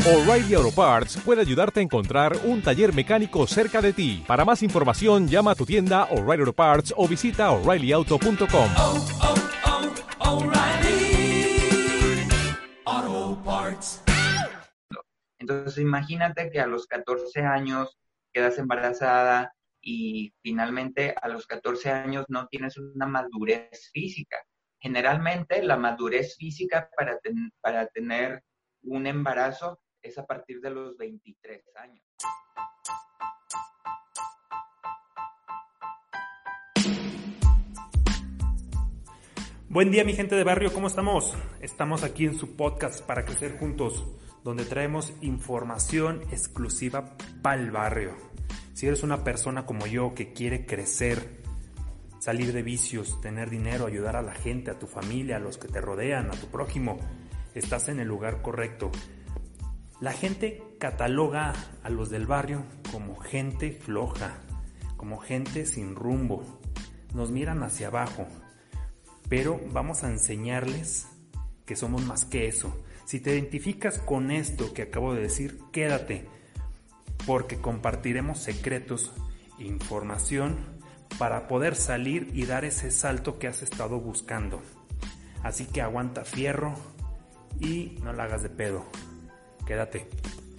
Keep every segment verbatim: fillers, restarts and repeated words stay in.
O'Reilly Auto Parts puede ayudarte a encontrar un taller mecánico cerca de ti. Para más información, llama a tu tienda O'Reilly Auto Parts o visita O'Reilly Auto punto com. Oh, oh, oh, O'Reilly Auto Parts. Entonces imagínate que a los catorce años quedas embarazada y finalmente a los catorce años no tienes una madurez física. Generalmente la madurez física para, ten- para tener un embarazo es a partir de los veintitrés años. Buen día, mi gente de barrio, ¿cómo estamos? Estamos aquí en su podcast Para Crecer Juntos, donde traemos información exclusiva para el barrio. Si eres una persona como yo que quiere crecer, salir de vicios, tener dinero, ayudar a la gente, a tu familia, a los que te rodean, a tu prójimo, estás en el lugar correcto. La gente cataloga a los del barrio como gente floja, como gente sin rumbo. Nos miran hacia abajo. Pero vamos a enseñarles que somos más que eso. Si te identificas con esto que acabo de decir, quédate, porque compartiremos secretos, información para poder salir y dar ese salto que has estado buscando. Así que aguanta fierro y no la hagas de pedo. Quédate.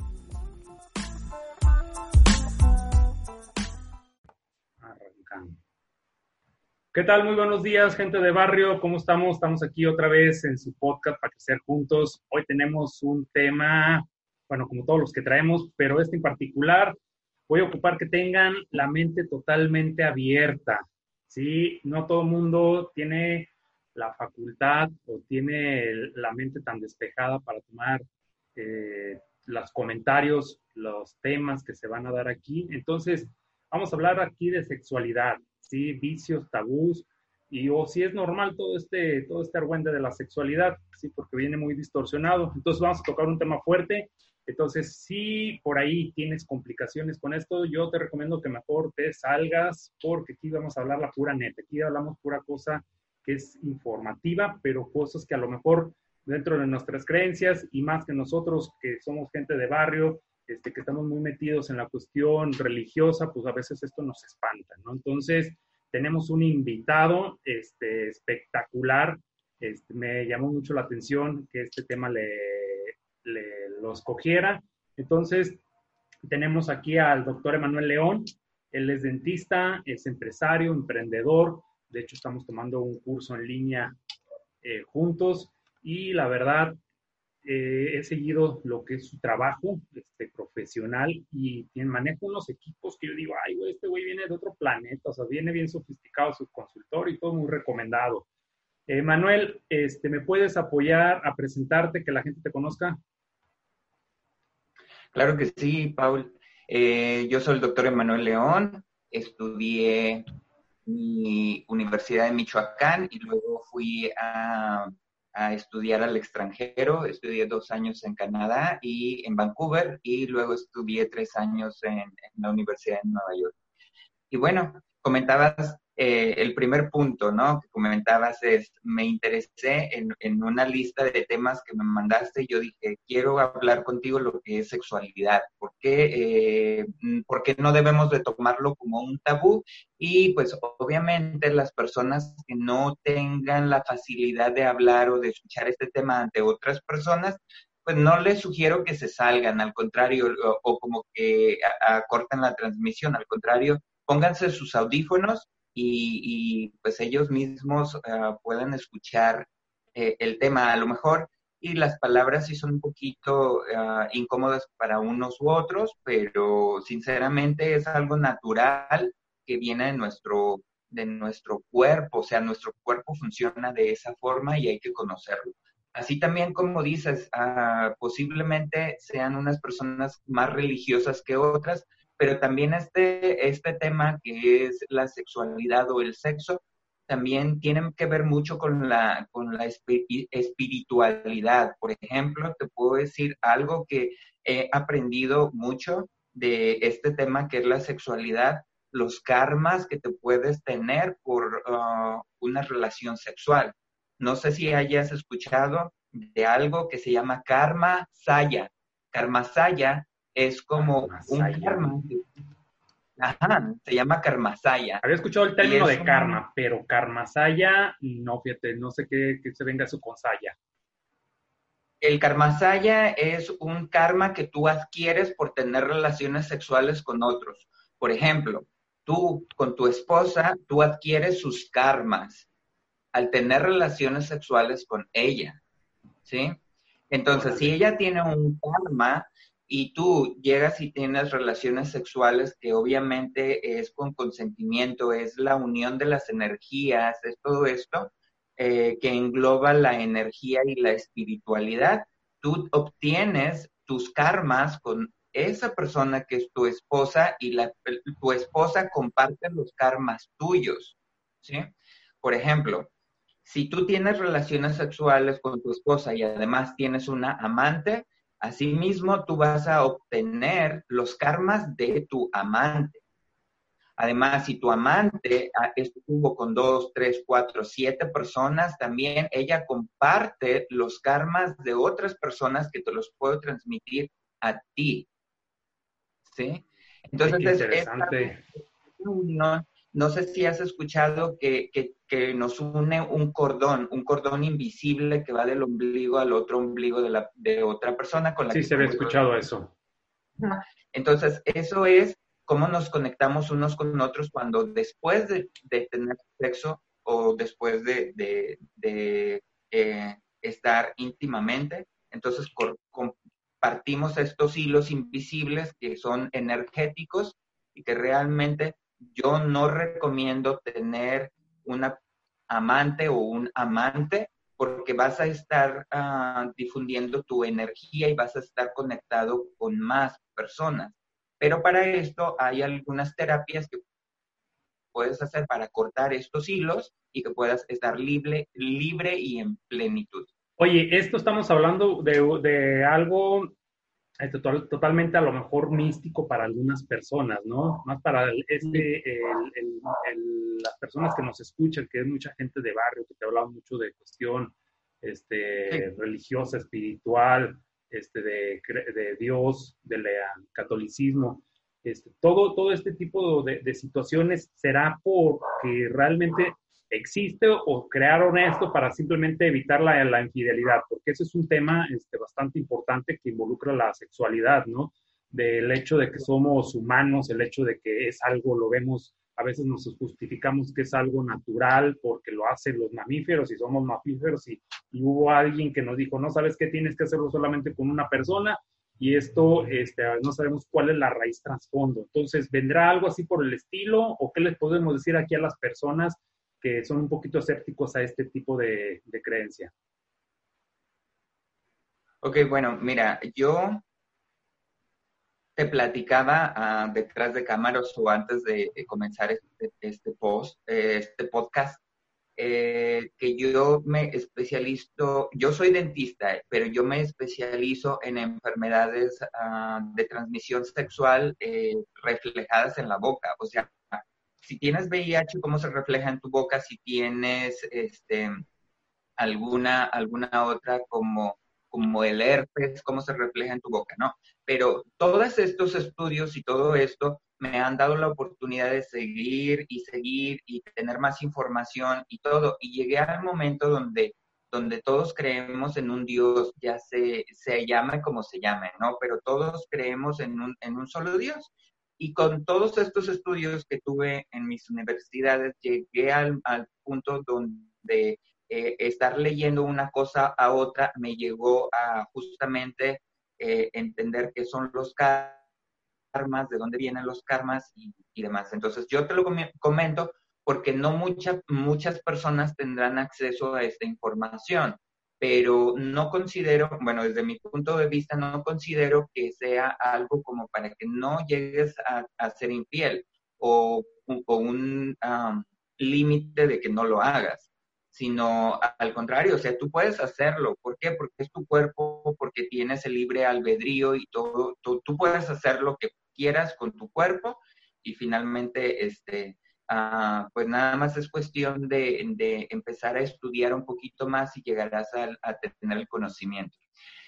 Arrancando. ¿Qué tal? Muy buenos días, gente de barrio. ¿Cómo estamos? Estamos aquí otra vez en su podcast Para Crecer Juntos. Hoy tenemos un tema, bueno, como todos los que traemos, pero este en particular voy a ocupar que tengan la mente totalmente abierta. ¿Sí? No todo el mundo tiene la facultad o tiene la mente tan despejada para tomar eh, los comentarios, los temas que se van a dar aquí. Entonces, vamos a hablar aquí de sexualidad. ¿Sí? Vicios, tabús, y o si es normal todo este, todo este argüende de la sexualidad, ¿sí? Porque viene muy distorsionado. Entonces vamos a tocar un tema fuerte. Entonces, si por ahí tienes complicaciones con esto, yo te recomiendo que mejor te salgas, porque aquí vamos a hablar la pura neta. Aquí hablamos pura cosa que es informativa, pero cosas que a lo mejor dentro de nuestras creencias, y más que nosotros que somos gente de barrio, Este, que estamos muy metidos en la cuestión religiosa, pues a veces esto nos espanta, ¿no? Entonces, tenemos un invitado este, espectacular. Este, me llamó mucho la atención que este tema le, le lo escogiera. Entonces, tenemos aquí al doctor Emanuel León. Él es dentista, es empresario, emprendedor. De hecho, estamos tomando un curso en línea eh, juntos y la verdad, Eh, he seguido lo que es su trabajo este, profesional y tiene, maneja unos equipos que yo digo, ay, güey, este güey viene de otro planeta, o sea, viene bien sofisticado su consultorio y todo muy recomendado. Eh, Manuel, este, ¿me puedes apoyar a presentarte, que la gente te conozca? Claro que sí, Paul. Eh, yo soy el doctor Emanuel León, estudié mi universidad en Michoacán y luego fui a, a estudiar al extranjero. Estudié dos años en Canadá y en Vancouver y luego estudié tres años en, en la Universidad de Nueva York. Y bueno, comentabas eh, el primer punto, ¿no? Que comentabas es, me interesé en, en una lista de temas que me mandaste y yo dije, quiero hablar contigo lo que es sexualidad. ¿Por qué, eh, ¿por qué no debemos de tomarlo como un tabú? Y pues obviamente las personas que no tengan la facilidad de hablar o de escuchar este tema ante otras personas, pues no les sugiero que se salgan, al contrario, o, o como que acorten la transmisión, al contrario, pónganse sus audífonos y, y pues ellos mismos uh, pueden escuchar eh, el tema a lo mejor, y las palabras sí son un poquito uh, incómodas para unos u otros, pero sinceramente es algo natural que viene de nuestro, de nuestro cuerpo, o sea, nuestro cuerpo funciona de esa forma y hay que conocerlo. Así también, como dices, uh, posiblemente sean unas personas más religiosas que otras, pero también este, este tema que es la sexualidad o el sexo, también tienen que ver mucho con la, con la espiritualidad. Por ejemplo, te puedo decir algo que he aprendido mucho de este tema que es la sexualidad, los karmas que te puedes tener por uh, una relación sexual. No sé si hayas escuchado de algo que se llama karma saya. Karmasaya es como Karmasaya. un karma. Ajá, se llama Karmasaya. Había escuchado el Y término es de un- karma, pero karmasaya, no, fíjate, no sé qué, qué se venga eso con saya. El Karmasaya es un karma que tú adquieres por tener relaciones sexuales con otros. Por ejemplo, tú con tu esposa, tú adquieres sus karmas al tener relaciones sexuales con ella, ¿sí? Entonces, Órale. si ella tiene un karma y tú llegas y tienes relaciones sexuales que obviamente es con consentimiento, es la unión de las energías, es todo esto eh, que engloba la energía y la espiritualidad, tú obtienes tus karmas con esa persona que es tu esposa y la, tu esposa comparte los karmas tuyos, ¿sí? Por ejemplo, si tú tienes relaciones sexuales con tu esposa y además tienes una amante, asimismo tú vas a obtener los karmas de tu amante. Además, si tu amante ah, estuvo con dos, tres, cuatro, siete personas, también ella comparte los karmas de otras personas que te los puedo transmitir a ti, ¿sí? Ay, Entonces, qué es, es interesante. una unión. No sé si has escuchado que, que, que nos une un cordón, un cordón invisible que va del ombligo al otro ombligo de, la, de otra persona con la Sí, que se había somos escuchado eso. entonces, eso es cómo nos conectamos unos con otros cuando después de, de tener sexo o después de, de, de eh, estar íntimamente, entonces cor- compartimos estos hilos invisibles que son energéticos y que realmente yo no recomiendo tener una amante o un amante porque vas a estar uh, difundiendo tu energía y vas a estar conectado con más personas. Pero para esto hay algunas terapias que puedes hacer para cortar estos hilos y que puedas estar libre, libre y en plenitud. Oye, esto estamos hablando de, de algo eh, total, totalmente a lo mejor místico para algunas personas, ¿no? Más para el, este, el, el, el, las personas que nos escuchan, que es mucha gente de barrio, que te habla mucho de cuestión este, Sí. religiosa, espiritual, este, de, de Dios, del catolicismo. Este, todo, todo este tipo de, de situaciones será porque realmente existe o crearon esto para simplemente evitar la, la infidelidad, porque ese es un tema este, bastante importante que involucra la sexualidad, ¿no? Del hecho de que somos humanos, el hecho de que es algo, lo vemos, a veces nos justificamos que es algo natural porque lo hacen los mamíferos y somos mamíferos y, y hubo alguien que nos dijo, no sabes qué, tienes que hacerlo solamente con una persona y esto este, no sabemos cuál es la raíz trasfondo. Entonces, ¿vendrá algo así por el estilo o qué les podemos decir aquí a las personas que son un poquito escépticos a este tipo de, de creencia? Ok, bueno, mira, yo te platicaba uh, detrás de cámaras o antes de, de comenzar este, este post, eh, este podcast, eh, que yo me especializo, yo soy dentista, pero yo me especializo en enfermedades uh, de transmisión sexual eh, reflejadas en la boca. O sea, si tienes V I H, ¿cómo se refleja en tu boca? Si tienes este, alguna, alguna otra como, como el herpes, ¿cómo se refleja en tu boca? No, pero todos estos estudios y todo esto me han dado la oportunidad de seguir y seguir y tener más información y todo. Y llegué al momento donde, donde todos creemos en un Dios, ya se, se llame como se llame, ¿no? Pero todos creemos en un, en un solo Dios. Y con todos estos estudios que tuve en mis universidades, llegué al, al punto donde eh, estar leyendo una cosa a otra me llegó a justamente eh, entender qué son los karmas, de dónde vienen los karmas y, y demás. Entonces, yo te lo comento porque no mucha, muchas personas tendrán acceso a esta información, pero no considero, bueno, desde mi punto de vista, no considero que sea algo como para que no llegues a, a ser infiel o, o un um, límite de que no lo hagas, sino al contrario, o sea, tú puedes hacerlo. ¿Por qué? Porque es tu cuerpo, porque tienes el libre albedrío y todo, tú, tú puedes hacer lo que quieras con tu cuerpo y finalmente, este, uh, pues nada más es cuestión de, de empezar a estudiar un poquito más y llegarás a, a tener el conocimiento.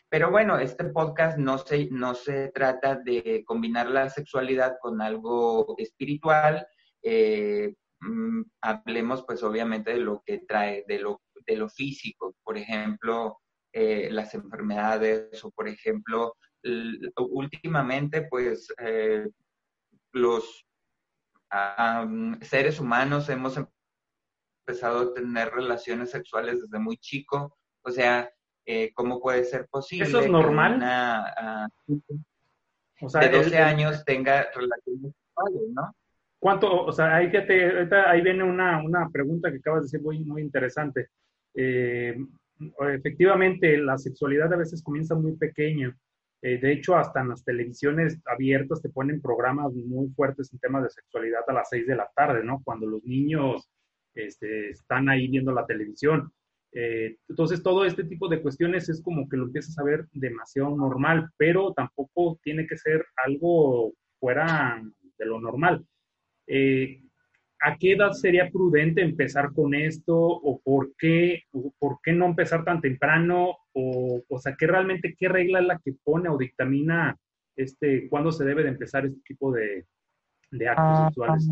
Pero bueno, este podcast no se, no se trata de combinar la sexualidad con algo espiritual. Eh, mm, hablemos pues obviamente de lo que trae, de lo, de lo físico, por ejemplo, eh, las enfermedades o por ejemplo, l- últimamente pues eh, los um, seres humanos hemos empezado a tener relaciones sexuales desde muy chico, o sea, eh, ¿cómo puede ser ¿Eso es posible que normal? una uh, O sea, de el, doce el- años tenga relaciones sexuales, ¿no? ¿cuánto? O sea, ahí, fíjate, ahorita ahí viene una, una pregunta que acabas de decir muy, muy interesante. Eh, Efectivamente, la sexualidad a veces comienza muy pequeña. Eh, de hecho, hasta en las televisiones abiertas te ponen programas muy fuertes en temas de sexualidad a las seis de la tarde, ¿no? Cuando los niños este, están ahí viendo la televisión. Eh, entonces, todo este tipo de cuestiones es como que lo empiezas a ver demasiado normal, pero tampoco tiene que ser algo fuera de lo normal. Eh, ¿A qué edad sería prudente empezar con esto? ¿O por qué, o por qué no empezar tan temprano? O, o sea, ¿qué realmente, qué regla es la que pone o dictamina este, cuándo se debe de empezar este tipo de, de actos sexuales?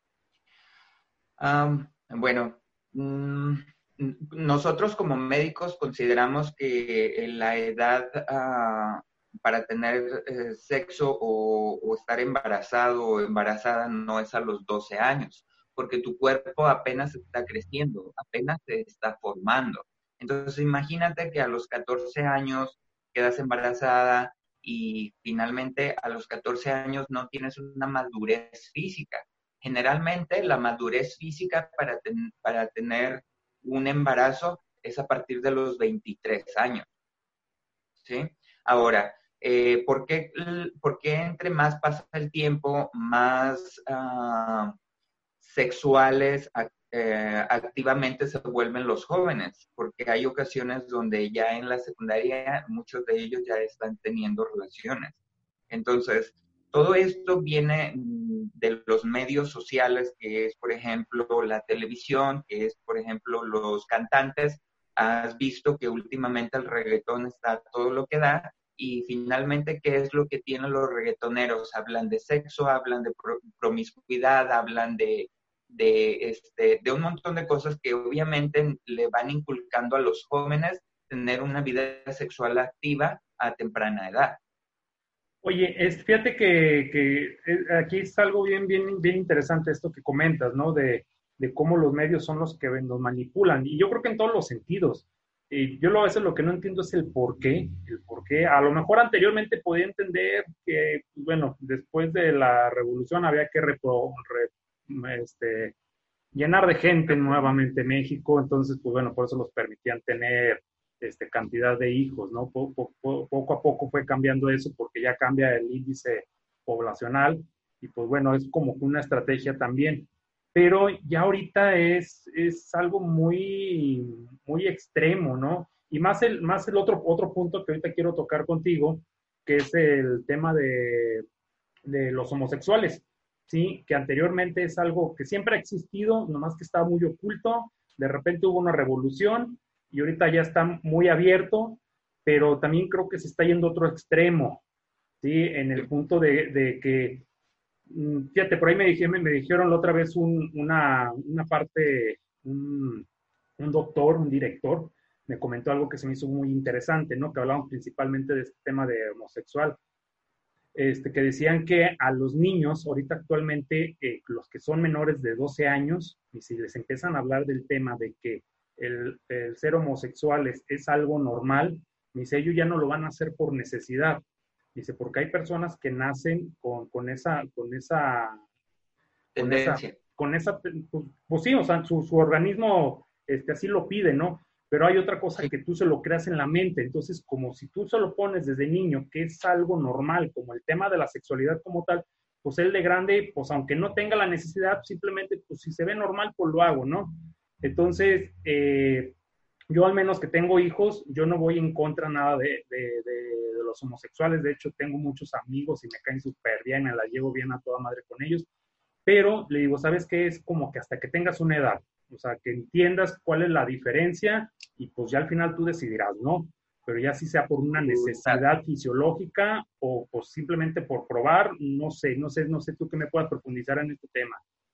Um, bueno, mm, nosotros como médicos consideramos que la edad uh, para tener eh, sexo o, o estar embarazado o embarazada no es a los doce años, porque tu cuerpo apenas está creciendo, apenas se está formando. Entonces, imagínate que a los catorce años quedas embarazada y finalmente a los catorce años no tienes una madurez física. Generalmente la madurez física para, ten, para tener un embarazo es a partir de los veintitrés años, ¿sí? Ahora, eh, ¿por, qué, ¿por qué entre más pasa el tiempo, más uh, sexuales eh, activamente se vuelven los jóvenes? Porque hay ocasiones donde ya en la secundaria muchos de ellos ya están teniendo relaciones. Entonces, todo esto viene de los medios sociales, que es, por ejemplo, la televisión, que es, por ejemplo, los cantantes. Has visto que últimamente el reggaetón está todo lo que da y finalmente, ¿qué es lo que tienen los reggaetoneros? Hablan de sexo, hablan de promiscuidad, hablan de, de, este, de un montón de cosas que obviamente le van inculcando a los jóvenes tener una vida sexual activa a temprana edad. Oye, es, fíjate que, que aquí es algo bien, bien, bien interesante esto que comentas, ¿no? De, de cómo los medios son los que nos manipulan. Y yo creo que en todos los sentidos. Y yo lo, a veces lo que no entiendo es el por qué. El por qué. A lo mejor anteriormente podía entender que, bueno, después de la revolución había que repro, re, este, llenar de gente nuevamente México. Entonces, pues bueno, por eso los permitían tener este, cantidad de hijos, ¿no? Poco, poco, poco a poco fue cambiando eso porque ya cambia el índice poblacional y pues bueno, es como una estrategia también. Pero ya ahorita es, es algo muy, muy extremo, ¿no? Y más el, más el otro, otro punto que ahorita quiero tocar contigo, que es el tema de, de los homosexuales, ¿sí? Que anteriormente es algo que siempre ha existido, nomás que estaba muy oculto, de repente hubo una revolución, y ahorita ya está muy abierto, pero también creo que se está yendo a otro extremo, ¿sí? En el punto de, de que, fíjate, por ahí me dijeron, me dijeron la otra vez un, una, una parte, un, un doctor, un director, me comentó algo que se me hizo muy interesante, ¿no? Que hablaban principalmente de este tema de homosexual. Este, que decían que a los niños, ahorita actualmente, eh, los que son menores de doce años, y si les empiezan a hablar del tema de que el, el ser homosexual es, es algo normal, dice, ellos ya no lo van a hacer por necesidad. Dice, porque hay personas que nacen con, con esa, con esa, con esa, Tendencia. con esa, pues, pues sí, o sea, su, su organismo este, así lo pide, ¿no? Pero hay otra cosa Sí. que tú se lo creas en la mente. Entonces, como si tú se lo pones desde niño, que es algo normal, como el tema de la sexualidad como tal, pues él de grande, pues aunque no tenga la necesidad, simplemente, pues si se ve normal, pues lo hago, ¿no? Entonces, eh, yo al menos que tengo hijos, yo no voy en contra nada de, de, de, de los homosexuales. De hecho, tengo muchos amigos y me caen súper bien, me la llevo bien a toda madre con ellos. Pero le digo, ¿sabes qué? Es como que hasta que tengas una edad, o sea, que entiendas cuál es la diferencia y pues ya al final tú decidirás, ¿no? pero ya si sea por una necesidad fisiológica o, o simplemente por probar, no sé, no sé, no sé tú qué me puedas profundizar en este tema.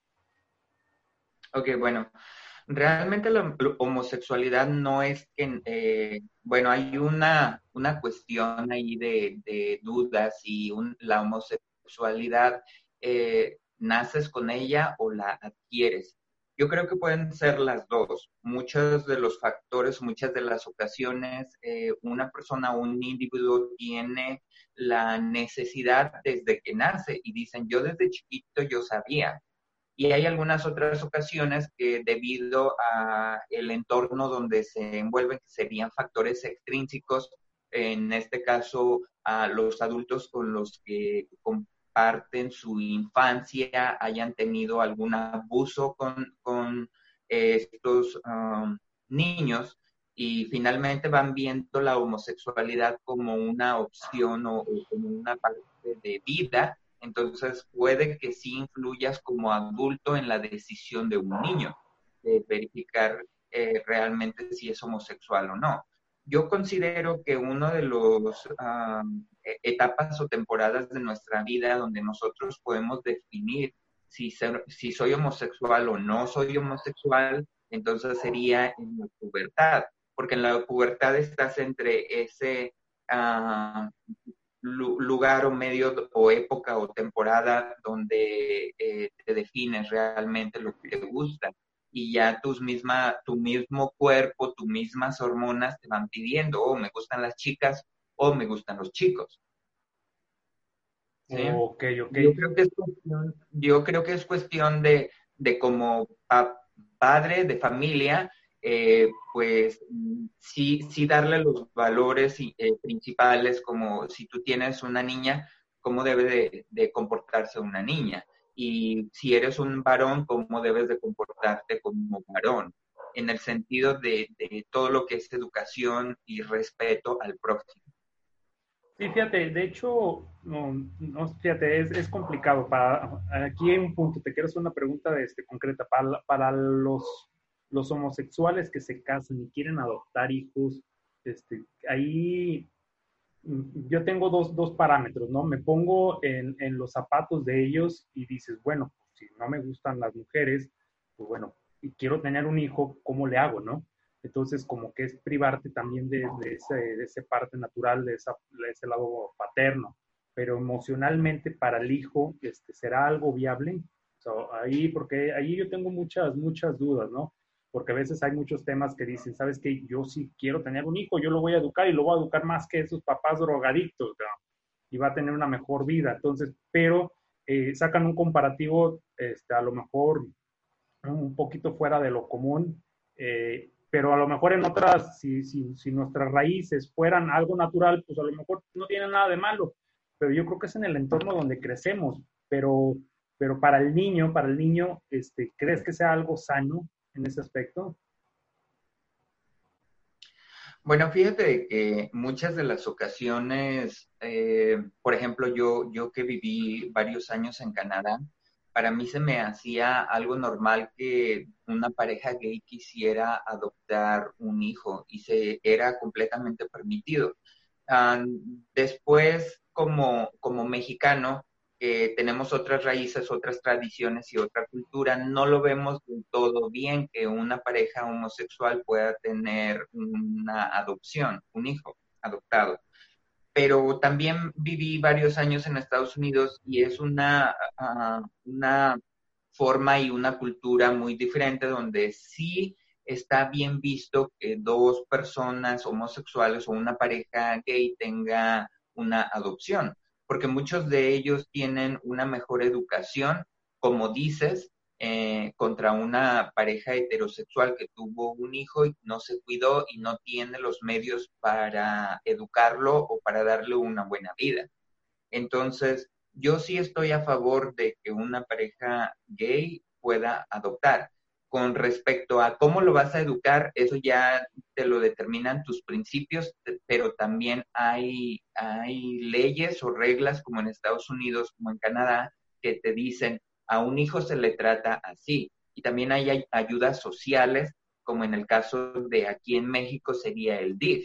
Ok, bueno, realmente la homosexualidad no es que, eh, bueno, hay una, una cuestión ahí de, de dudas y un, la homosexualidad, eh, ¿naces con ella o la adquieres? Yo creo que pueden ser las dos. Muchos de los factores, muchas de las ocasiones, eh, una persona o un individuo tiene la necesidad desde que nace y dicen, yo desde chiquito yo sabía. Y hay algunas otras ocasiones que debido a el entorno donde se envuelven, que serían factores extrínsecos, en este caso a los adultos con los que comparten su infancia, hayan tenido algún abuso con, con eh, estos um, niños y finalmente van viendo la homosexualidad como una opción o, o como una parte de vida. Entonces puede que sí influyas como adulto en la decisión de un niño, de verificar eh, realmente si es homosexual o no. Yo considero que una de las um, etapas o temporadas de nuestra vida donde nosotros podemos definir si, ser, si soy homosexual o no soy homosexual, entonces sería en la pubertad, porque en la pubertad estás entre ese... Uh, lugar o medio o época o temporada donde eh, te defines realmente lo que te gusta y ya tus misma, tu mismo cuerpo, tus mismas hormonas te van pidiendo, oh, me gustan las chicas o me gustan los chicos. ¿Sí? Ok, ok. Yo creo que es cuestión, yo creo que es cuestión de, de como pa, padre de familia, eh, pues sí, sí darle los valores eh, principales, como si tú tienes una niña, cómo debe de, de comportarse una niña. Y si eres un varón, cómo debes de comportarte como varón, en el sentido de, de todo lo que es educación y respeto al próximo. Sí, fíjate, de hecho, no, no fíjate, es, es complicado. Para, aquí hay un punto, te quiero hacer una pregunta este, concreta. Para, para los, los homosexuales que se casan y quieren adoptar hijos, este, ahí yo tengo dos, dos parámetros, ¿no? Me pongo en, en los zapatos de ellos y dices, bueno, pues, si no me gustan las mujeres, pues bueno, y quiero tener un hijo, ¿cómo le hago, no? Entonces, como que es privarte también de, de, ese, de ese parte natural, de, esa, de ese lado paterno. Pero emocionalmente para el hijo, este, ¿será algo viable? O sea, ahí, porque ahí yo tengo muchas, muchas dudas, ¿no? Porque a veces hay muchos temas que dicen, ¿sabes qué? Yo sí quiero tener un hijo, yo lo voy a educar y lo voy a educar más que esos papás drogadictos, ¿no? Y va a tener una mejor vida. Entonces, pero eh, sacan un comparativo, este, a lo mejor un poquito fuera de lo común, eh, pero a lo mejor en otras, si, si, si nuestras raíces fueran algo natural, pues a lo mejor no tiene nada de malo, pero yo creo que es en el entorno donde crecemos, pero, pero para el niño, para el niño, este, ¿crees que sea algo sano en ese aspecto? Bueno, fíjate que muchas de las ocasiones, eh, por ejemplo, yo, yo que viví varios años en Canadá, para mí se me hacía algo normal que una pareja gay quisiera adoptar un hijo y se era completamente permitido. Uh, después, como, como mexicano, eh, tenemos otras raíces, otras tradiciones y otra cultura, no lo vemos del todo bien que una pareja homosexual pueda tener una adopción, un hijo adoptado. Pero también viví varios años en Estados Unidos y es una, uh, una forma y una cultura muy diferente donde sí está bien visto que dos personas homosexuales o una pareja gay tenga una adopción, porque muchos de ellos tienen una mejor educación, como dices, eh, contra una pareja heterosexual que tuvo un hijo y no se cuidó y no tiene los medios para educarlo o para darle una buena vida. Entonces, yo sí estoy a favor de que una pareja gay pueda adoptar. Con respecto a cómo lo vas a educar, eso ya te lo determinan tus principios, pero también hay, hay leyes o reglas como en Estados Unidos, como en Canadá, que te dicen a un hijo se le trata así. Y también hay ayudas sociales, como en el caso de aquí en México sería el D I F.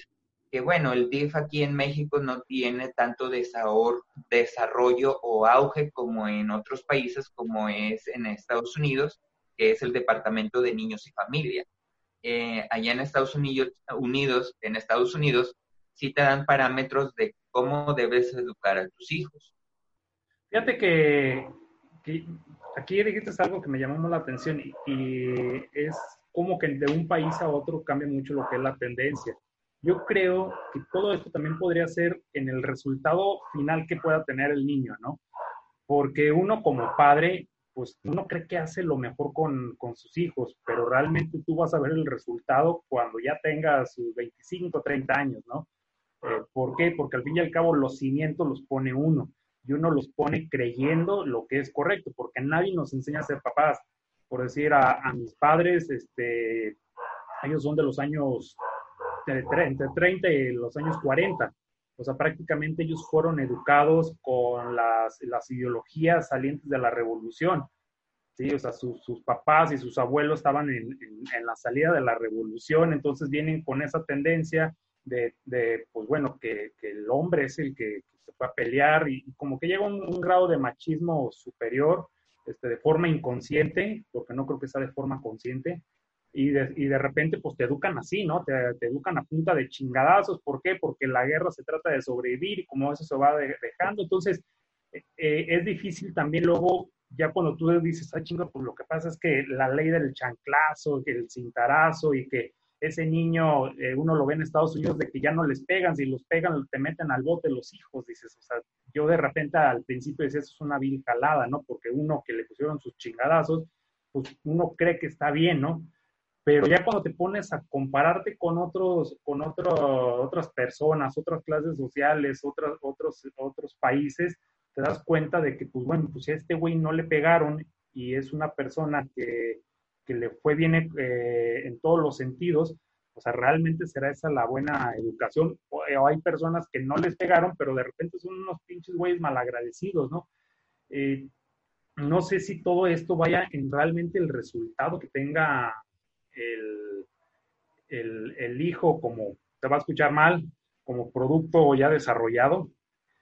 que bueno, el D I F aquí en México no tiene tanto desahor- desarrollo o auge como en otros países, como es en Estados Unidos, que es el Departamento de Niños y Familia. Eh, allá en Estados Unidos, Unidos, en Estados Unidos, sí te dan parámetros de cómo debes educar a tus hijos. Fíjate que, que aquí dijiste algo que me llamó la atención y, y es como que de un país a otro cambia mucho lo que es la tendencia. Yo creo que todo esto también podría ser en el resultado final que pueda tener el niño, ¿no? Porque uno como padre, pues uno cree que hace lo mejor con, con sus hijos, pero realmente tú vas a ver el resultado cuando ya tengas sus veinticinco, treinta años, ¿no? Eh, ¿Por qué? Porque al fin y al cabo los cimientos los pone uno y uno los pone creyendo lo que es correcto, porque nadie nos enseña a ser papás. Por decir, a, a mis padres, este, ellos son de los años de, entre treinta y los años cuarenta. O sea, prácticamente ellos fueron educados con las, las ideologías salientes de la revolución. ¿Sí? O sea, sus, sus papás y sus abuelos estaban en, en, en la salida de la revolución, entonces vienen con esa tendencia de, de pues bueno, que, que el hombre es el que, que se fue a pelear y, y como que llega un, un grado de machismo superior, este, de forma inconsciente, porque no creo que sea de forma consciente, y de, y de repente pues te educan así, ¿no? Te, te educan a punta de chingadazos. ¿Por qué? Porque la guerra se trata de sobrevivir y como eso se va de, dejando, entonces eh, es difícil también luego, ya cuando tú dices, ah, chinga, pues lo que pasa es que la ley del chanclazo, que el cintarazo y que ese niño, eh, uno lo ve en Estados Unidos de que ya no les pegan, si los pegan te meten al bote los hijos, dices, o sea, yo de repente al principio decía, eso es una vil jalada, ¿no? Porque uno que le pusieron sus chingadazos, pues uno cree que está bien, ¿no? Pero ya cuando te pones a compararte con otros, con otro, otras personas, otras clases sociales, otras, otros, otros países, te das cuenta de que, pues bueno, pues a este güey no le pegaron y es una persona que, que le fue bien eh, en todos los sentidos, o sea, ¿realmente será esa la buena educación? O, o hay personas que no les pegaron, pero de repente son unos pinches güeyes malagradecidos, ¿no? Eh, no sé si todo esto vaya en realmente el resultado que tenga el, el, el hijo, como te va a escuchar mal, como producto ya desarrollado,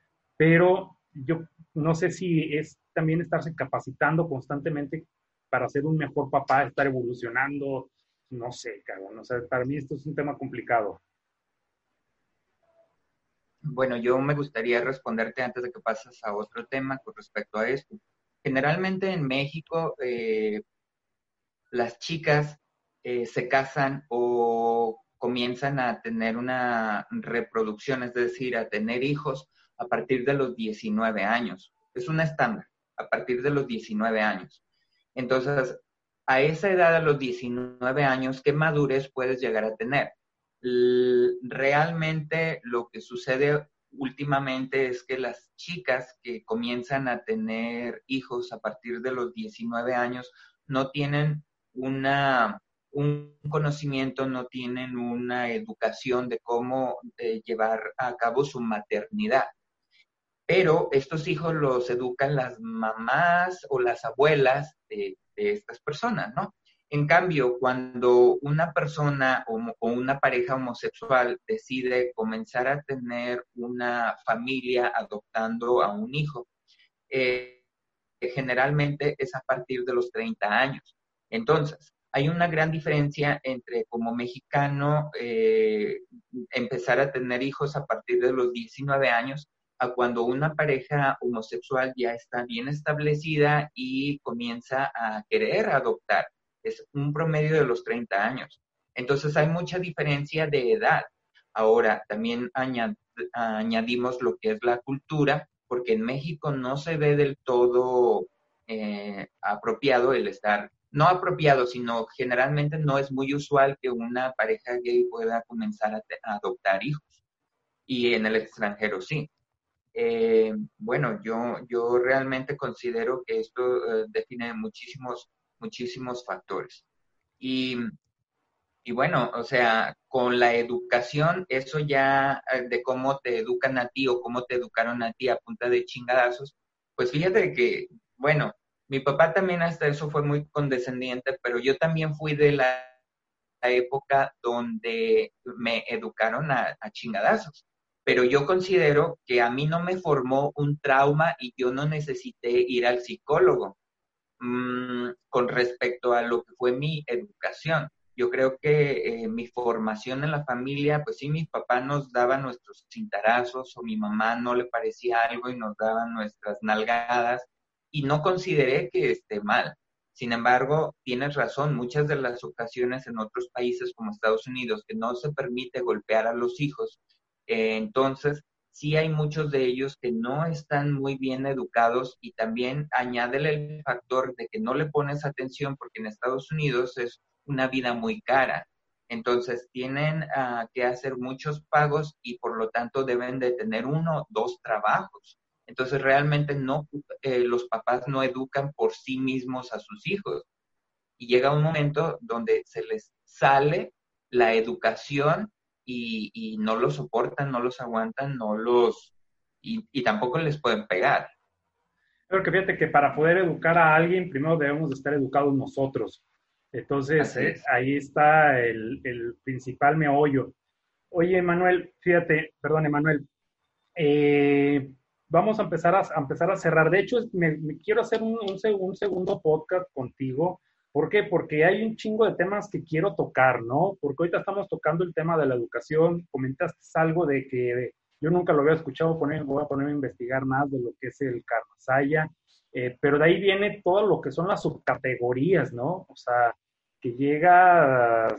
pero yo no sé si es también estarse capacitando constantemente para ser un mejor papá, estar evolucionando, no sé, cabrón, o sea, para mí esto es un tema complicado. Bueno, yo me gustaría responderte antes de que pases a otro tema con respecto a esto. Generalmente en México, eh, las chicas eh, se casan o comienzan a tener una reproducción, es decir, a tener hijos a partir de los diecinueve años. Es un estándar, a partir de los diecinueve años. Entonces, a esa edad, a los diecinueve años, ¿qué madurez puedes llegar a tener? Realmente lo que sucede últimamente es que las chicas que comienzan a tener hijos a partir de los diecinueve años no tienen una, un conocimiento, no tienen una educación de cómo eh, llevar a cabo su maternidad. Pero estos hijos los educan las mamás o las abuelas de, de estas personas, ¿no? En cambio, cuando una persona o, o una pareja homosexual decide comenzar a tener una familia adoptando a un hijo, eh, generalmente es a partir de los treinta años. Entonces, hay una gran diferencia entre como mexicano eh, empezar a tener hijos a partir de los diecinueve años a cuando una pareja homosexual ya está bien establecida y comienza a querer adoptar. Es un promedio de los treinta años. Entonces hay mucha diferencia de edad. Ahora, también añad, añadimos lo que es la cultura, porque en México no se ve del todo eh, apropiado el estar, no apropiado, sino generalmente no es muy usual que una pareja gay pueda comenzar a, te, a adoptar hijos. Y en el extranjero sí. Eh, bueno, yo, yo realmente considero que esto eh, define muchísimos, muchísimos factores. Y, y bueno, o sea, con la educación, eso ya eh, de cómo te educan a ti o cómo te educaron a ti a punta de chingadazos, pues fíjate que, bueno, mi papá también hasta eso fue muy condescendiente, pero yo también fui de la época donde me educaron a, a chingadazos. Pero yo considero que a mí no me formó un trauma y yo no necesité ir al psicólogo mmm, con respecto a lo que fue mi educación. Yo creo que eh, mi formación en la familia, pues sí, mis papás nos daban nuestros cintarazos o mi mamá no le parecía algo y nos daban nuestras nalgadas y no consideré que esté mal. Sin embargo, tienes razón, muchas de las ocasiones en otros países como Estados Unidos que no se permite golpear a los hijos, eh, entonces sí hay muchos de ellos que no están muy bien educados y también añádele el factor de que no le pones atención porque en Estados Unidos es una vida muy cara. Entonces tienen uh, que hacer muchos pagos y por lo tanto deben de tener uno o dos trabajos. Entonces realmente no, eh, los papás no educan por sí mismos a sus hijos. Y llega un momento donde se les sale la educación y, y no los soportan, no los aguantan, no los... Y, y tampoco les pueden pegar. Creo que fíjate que para poder educar a alguien, primero debemos de estar educados nosotros. Entonces, eh, ahí está el, el principal meollo. Oye, Manuel, fíjate, perdón, Emanuel, eh, vamos a empezar a, a empezar a cerrar. De hecho, me, me quiero hacer un, un, un segundo podcast contigo. ¿Por qué? Porque hay un chingo de temas que quiero tocar, ¿no? Porque ahorita estamos tocando el tema de la educación. Comentaste algo de que yo nunca lo había escuchado, poner, voy a ponerme a investigar más de lo que es el Karma Saya. Eh, pero de ahí viene todo lo que son las subcategorías, ¿no? O sea, que llega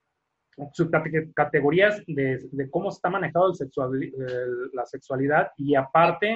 subcategorías de, de cómo está manejado el sexual, el, la sexualidad y aparte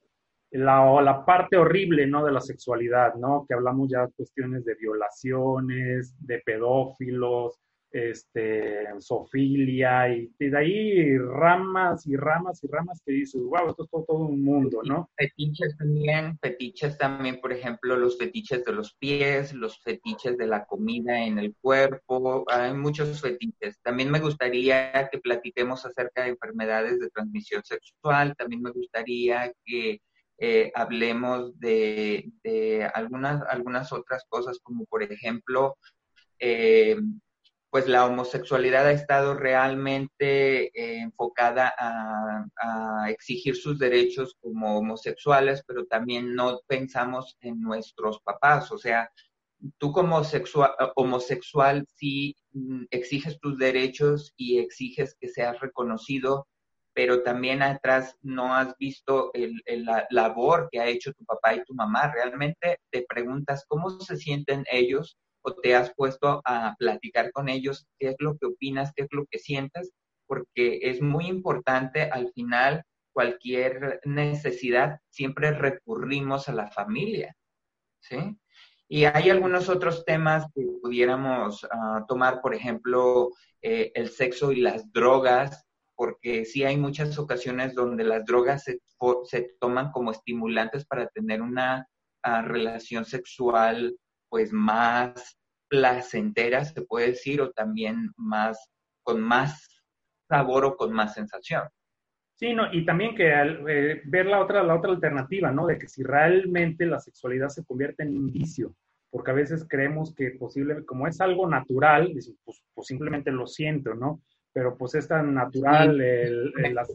la, la parte horrible, ¿no? De la sexualidad, ¿no? Que hablamos ya de cuestiones de violaciones, de pedófilos, este, zoofilia, y, y de ahí ramas y ramas y ramas que dices, wow, esto es todo, todo un mundo, ¿no? Fetiches también, fetiches también, por ejemplo, los fetiches de los pies, los fetiches de la comida en el cuerpo, hay muchos fetiches. También me gustaría que platiquemos acerca de enfermedades de transmisión sexual, también me gustaría que eh, hablemos de, de algunas, algunas otras cosas, como por ejemplo, eh, pues la homosexualidad ha estado realmente eh, enfocada a, a exigir sus derechos como homosexuales, pero también no pensamos en nuestros papás. O sea, tú como sexual, homosexual sí exiges tus derechos y exiges que seas reconocido, pero también atrás no has visto el, el, la labor que ha hecho tu papá y tu mamá. Realmente te preguntas cómo se sienten ellos, o te has puesto a platicar con ellos qué es lo que opinas, qué es lo que sientes, porque es muy importante al final cualquier necesidad, siempre recurrimos a la familia, ¿sí? Y hay algunos otros temas que pudiéramos uh, tomar, por ejemplo, eh, el sexo y las drogas, porque sí hay muchas ocasiones donde las drogas se, se toman como estimulantes para tener una uh, relación sexual pues más placentera, se puede decir, o también más, con más sabor o con más sensación. Sí, no, y también que al, eh, ver la otra, la otra alternativa, ¿no? De que si realmente la sexualidad se convierte en un vicio, porque a veces creemos que posible, como es algo natural, pues, pues simplemente lo siento, ¿no? Pero pues es tan natural sí. el, el, el,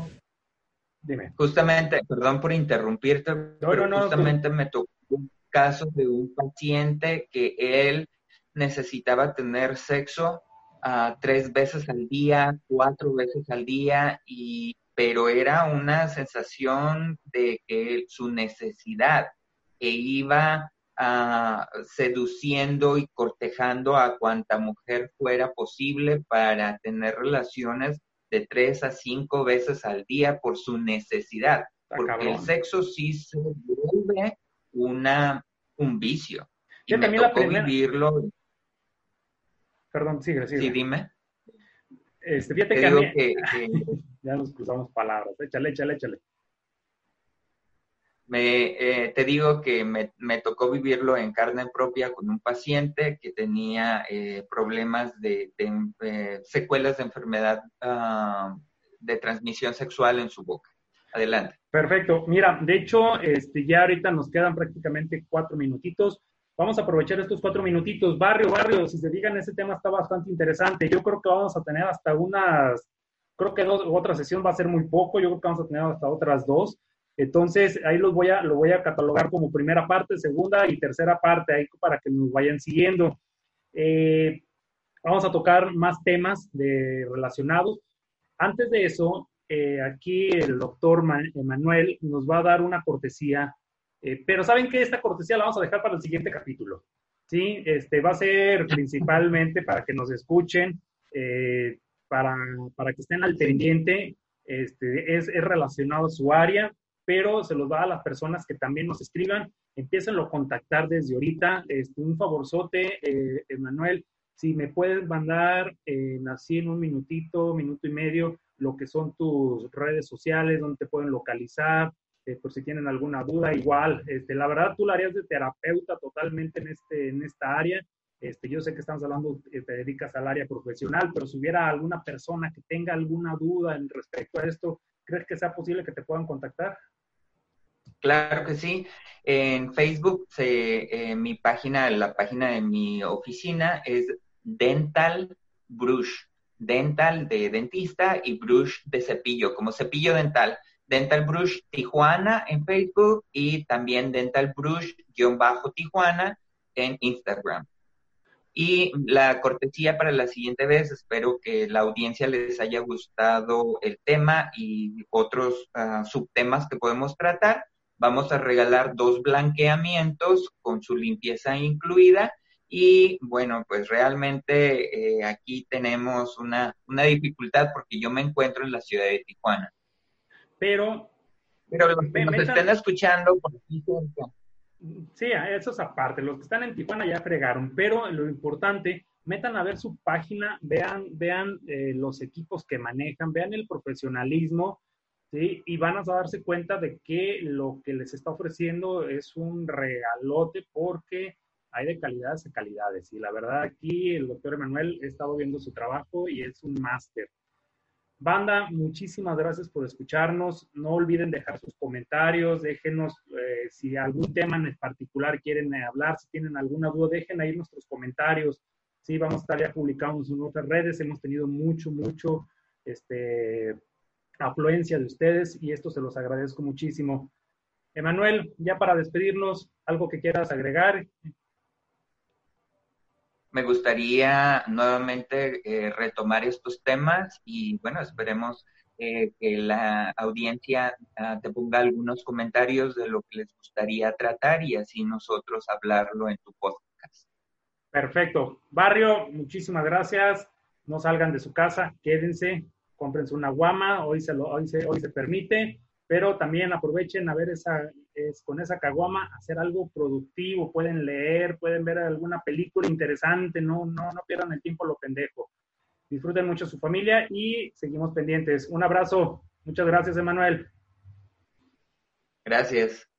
Dime. Justamente, perdón por interrumpirte, no, pero no, no, justamente tú... me tocó un caso de un paciente que él necesitaba tener sexo uh, tres veces al día, cuatro veces al día, y, pero era una sensación de que su necesidad, que iba uh, seduciendo y cortejando a cuanta mujer fuera posible para tener relaciones de tres a cinco veces al día por su necesidad, Está porque cabrón. El sexo sí se vuelve una, un vicio. Y Yo me también tocó la primera... vivirlo. Perdón, sigue, sigue. Sí, dime. Este, fíjate Te que, digo a mí... que, que... ya nos cruzamos palabras. Échale, échale, échale. Me, eh, te digo que me, me tocó vivirlo en carne propia con un paciente que tenía eh, problemas de, de eh, secuelas de enfermedad uh, de transmisión sexual en su boca. Adelante. Perfecto. Mira, de hecho, este, ya ahorita nos quedan prácticamente cuatro minutitos. Vamos a aprovechar estos cuatro minutitos. Barrio, barrio, si se digan, ese tema está bastante interesante. Yo creo que vamos a tener hasta unas, creo que dos, otra sesión va a ser muy poco, yo creo que vamos a tener hasta otras dos. Entonces, ahí los voy a, lo voy a catalogar como primera parte, segunda y tercera parte, ahí para que nos vayan siguiendo. Eh, vamos a tocar más temas de, relacionados. Antes de eso, eh, aquí el doctor Emanuel nos va a dar una cortesía. Eh, pero ¿saben qué? Esta cortesía la vamos a dejar para el siguiente capítulo, ¿sí? Este, va a ser principalmente para que nos escuchen, eh, para, para que estén al pendiente. Este, es, es relacionado a su área, pero se los va a las personas que también nos escriban. Empiécenlo a contactar desde ahorita. Este, un favorzote, eh, Emanuel, si me puedes mandar eh, así en un minutito, minuto y medio, lo que son tus redes sociales, donde te pueden localizar, Eh, por si tienen alguna duda, igual, este, la verdad tú la harías de terapeuta totalmente en, este, en esta área. Este, yo sé que estamos hablando, eh, te dedicas al área profesional, pero si hubiera alguna persona que tenga alguna duda en respecto a esto, ¿crees que sea posible que te puedan contactar? Claro que sí. En Facebook, se, eh, mi página, la página de mi oficina es Dental Brush. Dental de dentista y brush de cepillo, como cepillo dental. Dental Brush Tijuana en Facebook y también Dental Brush-Tijuana en Instagram. Y la cortesía para la siguiente vez, espero que la audiencia les haya gustado el tema y otros uh, subtemas que podemos tratar. Vamos a regalar dos blanqueamientos con su limpieza incluida. Y bueno, pues realmente eh, aquí tenemos una, una dificultad porque yo me encuentro en la ciudad de Tijuana. Pero, Pero los que nos metan, estén escuchando, por aquí cerca. Sí, eso es aparte. Los que están en Tijuana ya fregaron, pero lo importante, metan a ver su página, vean, vean eh, los equipos que manejan, vean el profesionalismo, ¿sí? Y van a darse cuenta de que lo que les está ofreciendo es un regalote porque hay de calidades a calidades. Y la verdad aquí el doctor Emanuel, he estado viendo su trabajo y es un máster. Banda, muchísimas gracias por escucharnos. No olviden dejar sus comentarios, déjenos eh, si algún tema en particular quieren eh, hablar, si tienen alguna duda, dejen ahí nuestros comentarios. Sí, vamos a estar ya publicados en otras redes, hemos tenido mucho, mucho este, afluencia de ustedes y esto se los agradezco muchísimo. Emanuel, ya para despedirnos, ¿algo que quieras agregar? Me gustaría nuevamente eh, retomar estos temas y bueno, esperemos eh, que la audiencia uh, te ponga algunos comentarios de lo que les gustaría tratar y así nosotros hablarlo en tu podcast. Perfecto. Barrio, muchísimas gracias. No salgan de su casa, quédense, cómprense una guama, hoy se, lo, hoy se, hoy se permite, pero también aprovechen a ver esa, es, con esa caguama, hacer algo productivo, pueden leer, pueden ver alguna película interesante, no, no, no pierdan el tiempo lo pendejo. Disfruten mucho a su familia y seguimos pendientes. Un abrazo. Muchas gracias, Emanuel. Gracias.